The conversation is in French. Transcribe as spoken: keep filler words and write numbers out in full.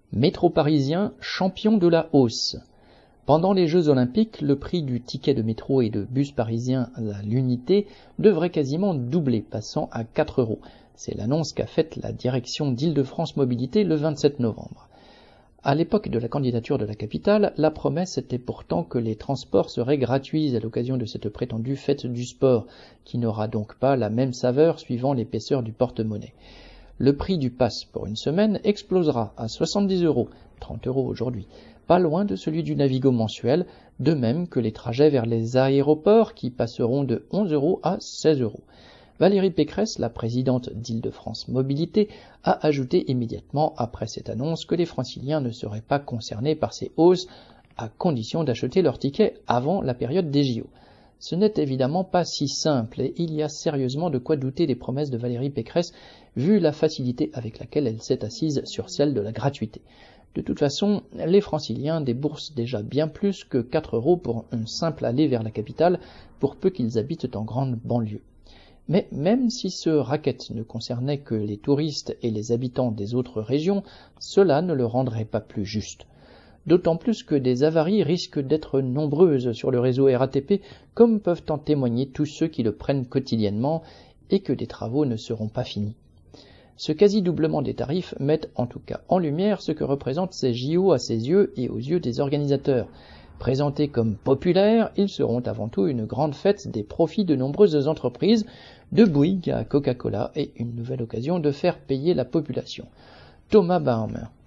Métro parisien, champion de la hausse. Pendant les Jeux Olympiques, le prix du ticket de métro et de bus parisien à l'unité devrait quasiment doubler, passant à quatre euros. C'est l'annonce qu'a faite la direction d'Île-de-France Mobilité le vingt-sept novembre. À l'époque de la candidature de la capitale, la promesse était pourtant que les transports seraient gratuits à l'occasion de cette prétendue fête du sport, qui n'aura donc pas la même saveur suivant l'épaisseur du porte-monnaie. Le prix du pass pour une semaine explosera à soixante-dix euros, trente euros aujourd'hui, pas loin de celui du Navigo mensuel, de même que les trajets vers les aéroports qui passeront de onze euros à seize euros. Valérie Pécresse, la présidente d'Île-de-France Mobilité, a ajouté immédiatement après cette annonce que les franciliens ne seraient pas concernés par ces hausses, à condition d'acheter leur ticket avant la période des J O. Ce n'est évidemment pas si simple et il y a sérieusement de quoi douter des promesses de Valérie Pécresse vu la facilité avec laquelle elle s'est assise sur celle de la gratuité. De toute façon, les franciliens déboursent déjà bien plus que quatre euros pour un simple aller vers la capitale pour peu qu'ils habitent en grande banlieue. Mais même si ce racket ne concernait que les touristes et les habitants des autres régions, cela ne le rendrait pas plus juste. D'autant plus que des avaries risquent d'être nombreuses sur le réseau R A T P, comme peuvent en témoigner tous ceux qui le prennent quotidiennement, et que des travaux ne seront pas finis. Ce quasi-doublement des tarifs met en tout cas en lumière ce que représentent ces J O à ses yeux et aux yeux des organisateurs. Présentés comme populaires, ils seront avant tout une grande fête des profits de nombreuses entreprises, de Bouygues à Coca-Cola, et une nouvelle occasion de faire payer la population. Thomas Baum.